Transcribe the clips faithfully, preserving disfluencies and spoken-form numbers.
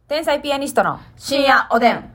天才ピアニストの深夜おでん。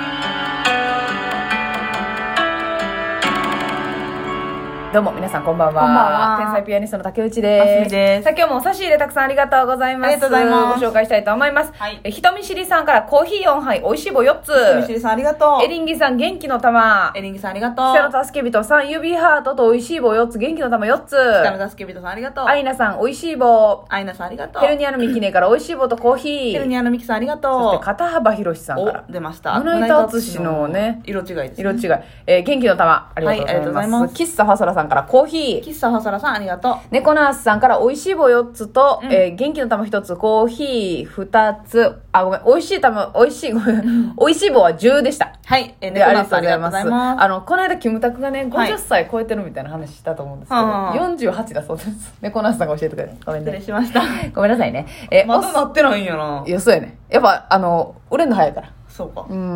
どうも皆さんこんばんは。 こんばんは。 天才ピアニストの竹内です。 ますみです。 さあ今日もお差し入れたくさんありがとうございます。 ありがとうございます。 ご紹介したいと思います。 はい。 え人見知りさんからコーヒーよんはい、おいしい棒よっつ。 人見知りさんありがとう。 エリンギさん元気の玉。 エリンギさんありがとう。 北の助け人さん指ハートとおいしい棒よっつ、元気の玉よっつ。 北の助け人さんありがとう。 アイナさんおいしい棒。 アイナさんありがとう。 ヘルニアのミキネからおいしい棒とコーヒー。 ヘルニアのミキさんありがとう。 そして片幅ひろしさんから。 お、出ました。 胸板厚しのね。 色違いです、ね。 色違い。えー、元気の玉。ありがとうございます。はい、ありがとうございます。喫茶ファソラさんからコーヒー。 喫茶ファソラさんありがとう。 猫ナースさんからおいしい棒よっつと、 うん、 えー、元気の玉ひとつ、コーヒーふたつ、あ、ごめん、おいしい玉、おいしい、ごめん、おいしい棒はじゅうでした。 はい、えー、 で、ありがとう猫ナースありがとうございます。 あの、この間、キムタクがね、ごじゅっさい超えてるみたいな話したと思うんですけど、 はあ、 よんじゅうはちだそうです。猫ナースさんが教えてくれて。ごめんね。 失礼しました。 ごめんなさいね。えー、 まだなってないんやな。 いや、そうやね。やっぱ、あの、売れんの早いから。 そうか。 うん。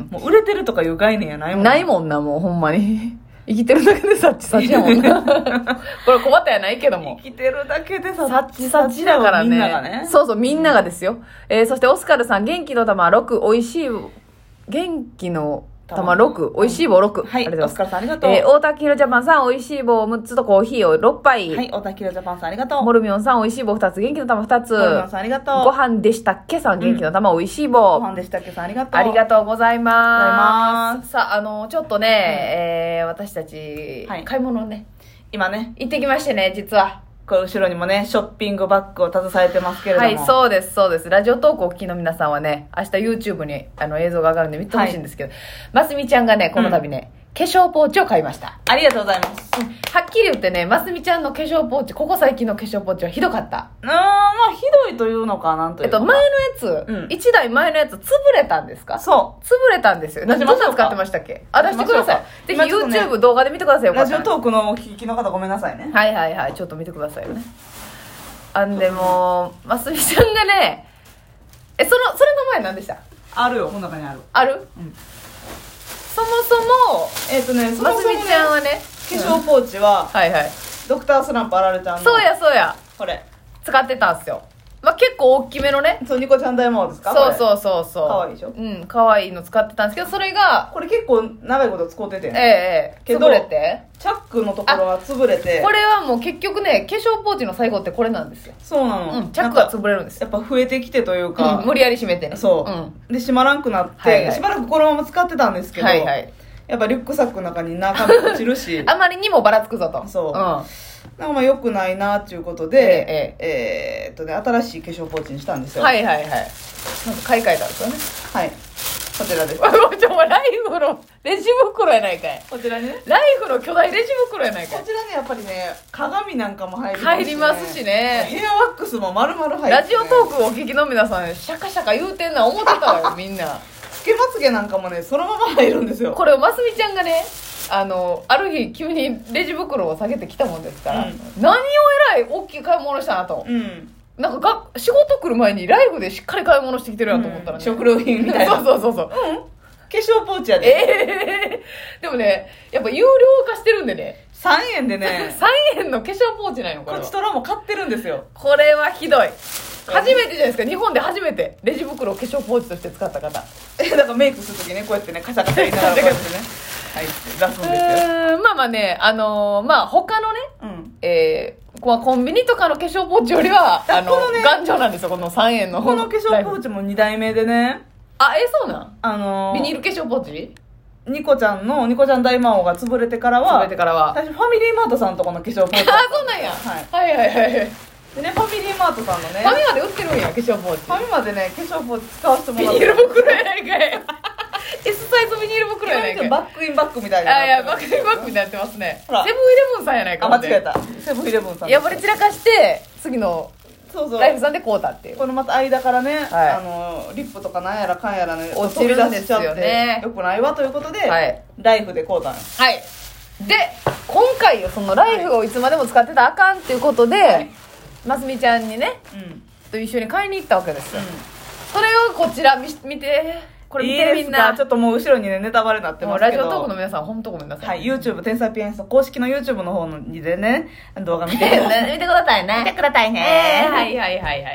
もう売れてるとかいう概念やないもん。 ないもんな、もうほんまに。生きてるだけでサッチサチやもんな。これ小旗やないけども。 生きてるだけでササッチサチだからね。 みんながね。 そうそう、みんながですよ。えー、そしてオスカルさん、元気の玉ろく、おいしい、元気の玉ろく、おいしい棒ろく。 はい、 ありがとうございます。 オスカルさんありがとう。 えー、大田キロジャパンさん、おいしい棒むっつとコーヒーをろっぱい。 はい、大田キロジャパンさんありがとう。 モルミョンさん、おいしい棒ふたつ、元気の玉ふたつ。 モルミョンさんありがとう。 ご飯でしたっけさん、元気の玉、おいしい棒。 ご飯でしたっけさんありがとう。 ありがとうございます。 ますさあ、あの、ちょっとね、うん、えー、私たち、はい、買い物をね、 今ね、 行ってきましてね、実は。 これ後ろにもね、ショッピングバッグを携えてますけれども。 はい、そうです、そうです。ラジオトークをお聞きの皆さんはね、明日 YouTube にあの映像が上がるんで見てほしいんですけど、はい、ますみちゃんがね、この度ね、うん、化粧ポーチを買いました。 ありがとうございます。 うん、はっきり言ってね、ますみちゃんの化粧ポーチ、ここ最近の化粧ポーチはひどかった。 あー、まあ、ひどいというのかなんというか。 えっと、前のやつ、うん、いちだいまえのやつ、潰れたんですか？ そう。 潰れたんですよ。どんな使ってましたっけ？あ、出してください。ぜひ YouTube、ね、動画で見てくださいよ。 ラジオトークのお聞きの方ごめんなさいね。 はいはいはい、ちょっと見てくださいよね。あんでもう、ますみちゃんがね、え、その、それの前何でした？ あるよ、この中にある。 ある？うん。そもそも、 えっ、ー、とね、 ますみちゃんはね、 化粧ポーチは、 うん、はいはい。 ドクタースランプあられちゃんの。 そうやそうや。 これ。 使ってたんすよ。まあ、結構大きめのね。 そう、ニコちゃん大魔王ですか？ そうそうそうそう。 かわいいでしょ？ うん、かわいいの使ってたんですけど、それが、 これ結構長いこと使っててん。 ええー、潰れて。 チャックのところは潰れて。 これはもう結局ね、化粧ポーチの最後ってこれなんですよ。 そうなの。 うん、チャックが潰れるんですよ。やっぱ増えてきてというか。 うん、無理やり閉めてね。 そう。うん、で、閉まらんくなって、はいはい、しばらくこのまま使ってたんですけど、はいはい、やっぱリュックサックの中に中身落ちるし。 あまりにもばらつくぞと。 そう。うん。なんかまあ良くないなっていうことで、えええー、っとね、新しい化粧ポーチにしたんですよ。 はいはいはい。なんか買い替えたんですよね。 はい。こちらです。 ちょ、ライフのレジ袋やないかい。 こちらね。 ライフの巨大レジ袋やないかい。 こちらね、やっぱりね、鏡なんかも入りますし、ね、 入りますしね。 ヘアワックスも丸々入って、ね、 ラジオトークをお聞きの皆さん、シャカシャカ言うてんな思ってたわよ、みんな。 つけまつげなんかもね、そのまま入るんですよ。 これをますみちゃんがね、あの、ある日急にレジ袋を下げてきたもんですから、うん、何をえらい大きい買い物したなと。うん、なんかが仕事来る前にライフでしっかり買い物してきてるやんと思ったらね。 うん、食料品みたいな。 そうそうそうそう。 うん、化粧ポーチやで。 えー、でもね、やっぱ有料化してるんでね。 さんえんでね。 さんえんの化粧ポーチなんよ、これは。 こちとらも買ってるんですよ。 これはひどい。初めてじゃないですか、日本で初めてレジ袋を化粧ポーチとして使った方。 え、だからメイクするときね、こうやってね、カシャカシャ言いながらこうやってね、はい、出すんですよ。 まあまあね、あのー、まあ他のね、うん、えー、コンビニとかの化粧ポーチよりは、あの、ね、頑丈なんですよ、このさんえんの。 この化粧ポーチもにだいめでね。 あ、え、そうなん？ あのー、 ビニール化粧ポーチ？ ニコちゃんの、ニコちゃん大魔王が潰れてからは、 潰れてからは。 私ファミリーマートさんとこの化粧ポーチ。 あ、そうなんや。はい、はいはいはいはい。 でね、ファミリーマートさんのね。 ファミマで売ってるんや、化粧ポーチ。 ファミマでね、化粧ポーチ使わせてもらって。 ビニール袋やないかい。S サイズビニール袋やないかい。 バックインバックみたいな。 あ、いや、バックインバックになってますね。セブンイレブンさんやないか。 あ、間違えた。セブンイレブンさん。 やばり散らかして、次の、そうそう。ライフさんで買うたっていう。 このまた間からね、はい、あの、リップとかなんやらかんやらね、 落ちるんですよね。 よくないわということで、はい、ライフで買うたんよ。 はい。で、今回よ、そのライフをいつまでも使ってたらあかんっていうことで、はい、ますみちゃんにね、うん、と一緒に買いに行ったわけですよ。うん、それをこちら見、見て、これ見てみんな。 ちょっともう後ろにね、ネタバレになってますけど。 ラジオトークの皆さん、ほんとごめんなさい。 はい、YouTube、天才ピアニスト公式の YouTube の方にでね、動画見て見てくださいね。 見てくださいね。 はいはいはいはいはい。 さあ、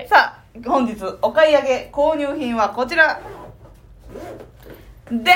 本日お買い上げ購入品はこちらでーん。かわ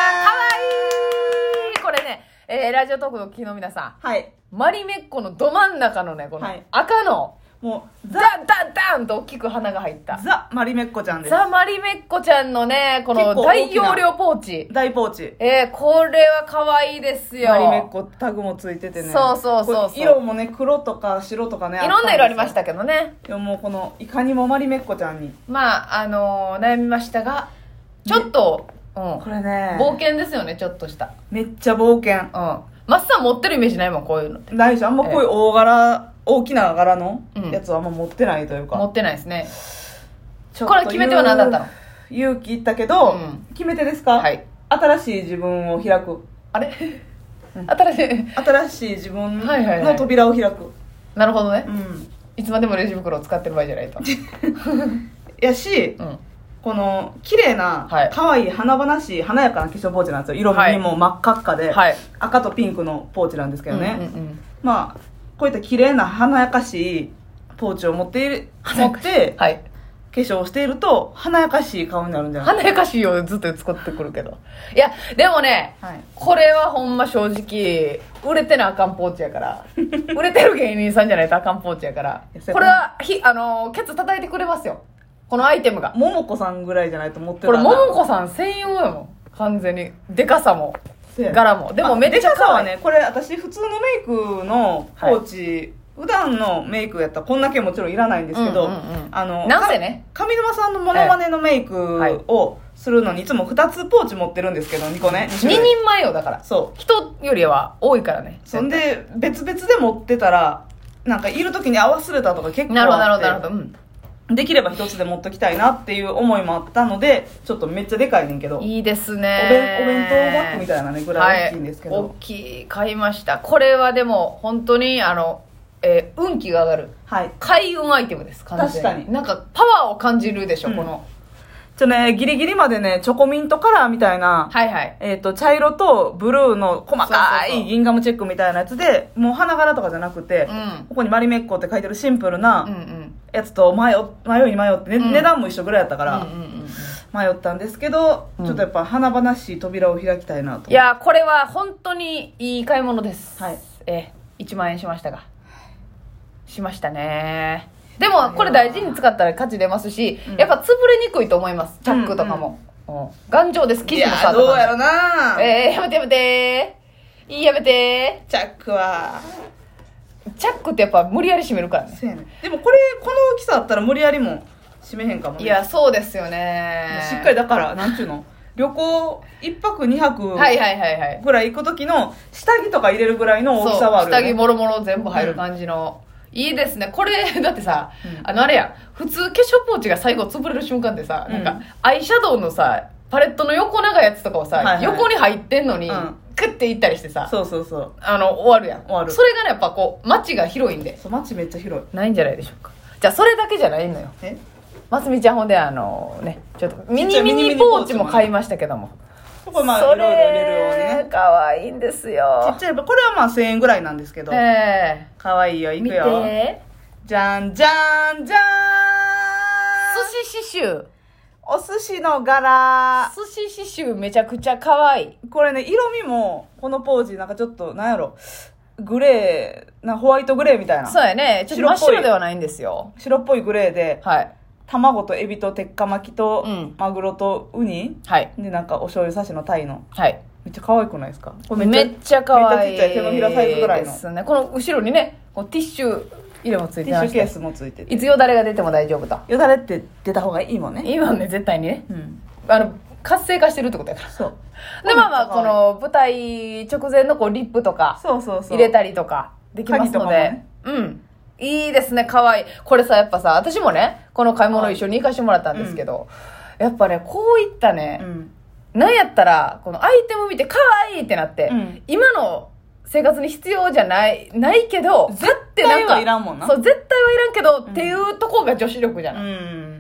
いい。これね、えー、ラジオトークの聞きの皆さん、はい、 マリメッコのど真ん中のね、この赤の、もうダンダンダンと大きく花が入ったザ・マリメッコちゃんです。 ザ・マリメッコちゃんのね、この大容量ポーチ、 大ポーチ、 えー、これは可愛いですよ。 マリメッコタグもついててね、 そうそうそうそう、 色もね、黒とか白とかね、 いろんな色ありましたけどね。 でももうこのいかにもマリメッコちゃんにまああのー、悩みましたが、ちょっと、うん、これね冒険ですよね。ちょっとしためっちゃ冒険。 うん、マッサン持ってるイメージないもん、こういうのってないし、あんまこういう大柄、えー、大きな柄のやつはあんま持ってないというか、 うん、持ってないですね。これ決め手は何だったの？ 勇気いったけど、うん、決め手ですか？ はい。 新しい自分を開く。 あれ、うん、新しい新しい自分の扉を開く、はいはいはい、 なるほどね、 うん、 いつまでもレジ袋を使ってる場合じゃないとやし、うん、この綺麗な、はい、可愛い華々しい華やかな化粧ポーチなんですよ。色味も真っ赤っかで、はい、赤とピンクのポーチなんですけどね、うんうんうん、まあこういった綺麗な華やかしいポーチを持っている持って、はい、化粧をしていると華やかしい顔になるんじゃない？ 華やかしいをずっと使ってくるけど、いやでもね、はい、これはほんま正直売れてなあかんポーチやから売れてる芸人さんじゃないとあかんポーチやからこれはひあのケツ叩いてくれますよ、このアイテムが。 ももこさんぐらいじゃないと持ってたこれももこさん専用やもん、完全に。でかさも柄もでもめっちゃ可愛い。 でかさはね、これ私普通のメイクのポーチ、はい、普段のメイクやったらこんだけもちろんいらないんですけど、うんうんうん、あのなんせね、 上沼さんのモノマネのメイクをするのにいつもふたつポーチ持ってるんですけど、にこね、 ににんまえよ。だからそう人よりは多いからね。 そんで別々で持ってたらなんかいる時に合わせれたとか結構あって、なるほどなるほどなるほど、うんできれば一つで持っときたいなっていう思いもあったので、ちょっとめっちゃでかいねんけど、 いいですね。 お弁、お弁当バッグみたいなねぐらい大きいんですけど、 はい、大きい買いました。これはでも本当にあの、えー、運気が上がる、はい、開運アイテムです。完全に確かになんかパワーを感じるでしょ、うん、このちょね、ギリギリまでね、チョコミントカラーみたいな、はいはい、えっと、茶色とブルーの細かいギンガムチェックみたいなやつで、もう花柄とかじゃなくて、うん、ここにマリメッコって書いてるシンプルなやつと迷、迷いに迷って、ね、うん、値段も一緒ぐらいやったから、うんうんうんうん、迷ったんですけど、うん、ちょっとやっぱ華々しい扉を開きたいなと。 いや、これは本当にいい買い物です。はい。え、いちまんえんしましたが。しましたね。でもこれ大事に使ったら価値出ますし、うん、やっぱ潰れにくいと思います。チャックとかも、うんうん、頑丈です。生地もさ、 どうやろな。 えー、やめてやめていいやめて。 チャックはチャックってやっぱ無理やり閉めるからね。 そうやね。でもこれこの大きさあったら無理やりも閉めへんかもね。 いやそうですよね。 しっかりだからなんちゅうの旅行いっぱくにはくぐらい行く時の下着とか入れるぐらいの大きさはあるよね。 下着もろもろ全部入る感じの、うん、いいですね。これだってさ、うん、あのあれや普通化粧ポーチが最後潰れる瞬間ってさ、うん、なんかアイシャドウのさパレットの横長いやつとかをさ、はいはい、横に入ってんのに、うん、クッていったりしてさ、 そうそうそう、 あの終わるやん。終わる。それがねやっぱこう街が広いんで、 そう街めっちゃ広いないんじゃないでしょうか。じゃあそれだけじゃないのよ。えますみちゃんほんであのねちょっとミニミニポーチも買いましたけども、 これまあいろいろ入れるようにね、 かわいいんですよ。 ちっちゃい、これはまあせんえんぐらいなんですけど、えー、かわいいよ。いくよ。見て、じゃんじゃんじゃーん。 寿司刺繍、 お寿司の柄、 寿司刺繍めちゃくちゃかわいい。 これね色味もこのポーチなんかちょっとなんやろグレーな、ホワイトグレーみたいな。 そうやね、ちょっと真っ白ではないんですよ。 白っぽいグレーで、はい、卵とエビと鉄火巻きと、うん、マグロとウニ、はい、でなんかお醤油差しのタイの、はい、めっちゃ可愛くないですか。 これめっちゃ可愛い。 めっちゃちっちゃい手のひらサイズぐらいのですね。この後ろにねこうティッシュ入れもついてまして、 ティッシュケースもついてて、 いつよだれが出ても大丈夫と。 よだれって出た方がいいもんね。 いいもんね絶対にね、うん、あの活性化してるってことやから。そうでまあまあこの舞台直前のこうリップとか入れたりとかできますので、ね、うんいいですね。かわいい。これさやっぱさ私もねこの買い物一緒に行かしてもらったんですけど、うん、やっぱねこういったね、うん、なんやったらこのアイテム見てかわいいってなって、うん、今の生活に必要じゃないないけど絶対はいらんもんな。 そう絶対はいらんけど、うん、っていうとこが女子力じゃない、うん、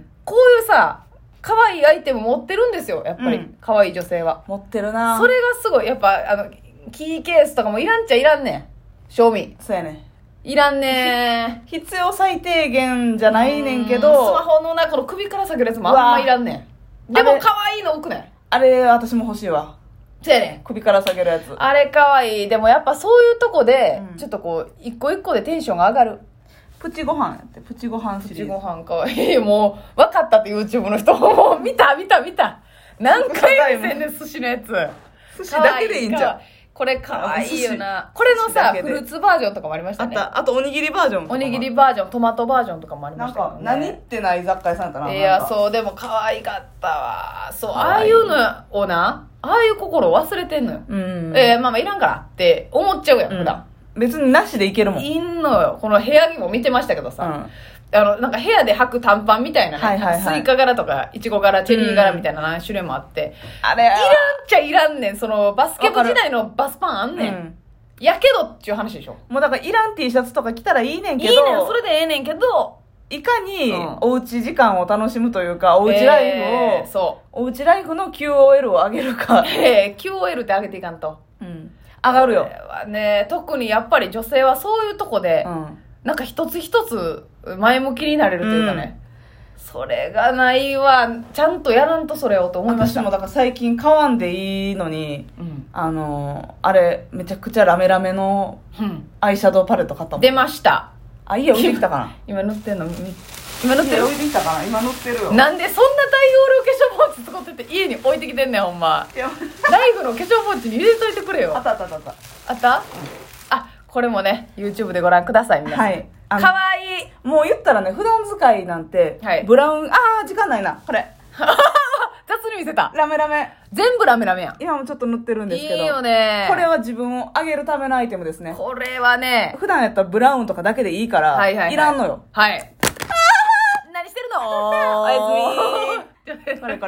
こういうさ可愛いアイテム持ってるんですよやっぱり、うん、可愛い女性は持ってるな。 それがすごいやっぱあのキーケースとかもいらんちゃいらんねん。賞味そうやね。 いらんねー。必要最低限じゃないねんけど。 スマホのな、この首から下げるやつもあんまいらんねん。でも可愛いの多くない？ あれ、私も欲しいわ。 そうやねん。 首から下げるやつ。 あれ可愛い。でもやっぱそういうとこで、うん、ちょっとこう、一個一個でテンションが上がる。 プチご飯やって、プチご飯シリーズ。 プチご飯可愛い。もう、分かったって YouTube の人。もう見た見た見た。何回見せんねん、寿司のやつ。 寿司だけでいいんじゃん。 これ可愛いよな。これのさ、フルーツバージョンとかもありましたね。 あった。あとおにぎりバージョンとかも。 おにぎりバージョン、トマトバージョンとかもありましたね。 なんか、何ってない雑貨屋さんやったな。 いや、そう、でも可愛かったわ。そう、ああいうのをな、ああいう心を忘れてんのよ。うん。えー、まあまあいらんからって思っちゃうやん、普段。 別になしでいけるもん。 いんのよ。この部屋着も見てましたけどさ。うんあの、なんか部屋で履く短パンみたいなね。はいはいはい、スイカ柄とか、イチゴ柄、チェリー柄みたいな何種類もあって。うん、あれいらんっちゃいらんねん。その、バスケ部時代のバスパンあんねん。うん、やけどっていう話でしょ。 もうだからいらん T シャツとか着たらいいねんけど。 いいねん、それでええねんけど。 いかに、おうち時間を楽しむというか、おうちライフを、えー、そう。おうちライフの キューオーエル を上げるか。 えー、キューオーエル って上げていかんと。 うん。上がるよ。これはね、特にやっぱり女性はそういうとこで、うんなんか一つ一つ前向きになれるというかね、うん、それがないわちゃんとやらんとそれをと思いました。 私もだから最近買わんでいいのに、うん、あのあれめちゃくちゃラメラメのアイシャドウパレット買ったもん。 出ました。 あ家置いてきたかな今塗ってんの今塗ってる置いてきたかな今塗ってるよ。 なんでそんな大容量化粧ポーチ使ってて家に置いてきてんねんほんま。ライフの化粧ポーチに入れといてくれよ。 あったあったあったあったあった、うんこれもね YouTube でご覧ください皆さん。はいかわいい。 もう言ったらね普段使いなんて、はい、ブラウンあー時間ないなこれ雑に見せた。 ラメラメ全部ラメラメやん。 今もちょっと塗ってるんですけどいいよね。 これは自分を上げるためのアイテムですね。 これはね普段やったらブラウンとかだけでいいから、はいはいはい、いらんのよ。 はい何してるのおやすみこれこれ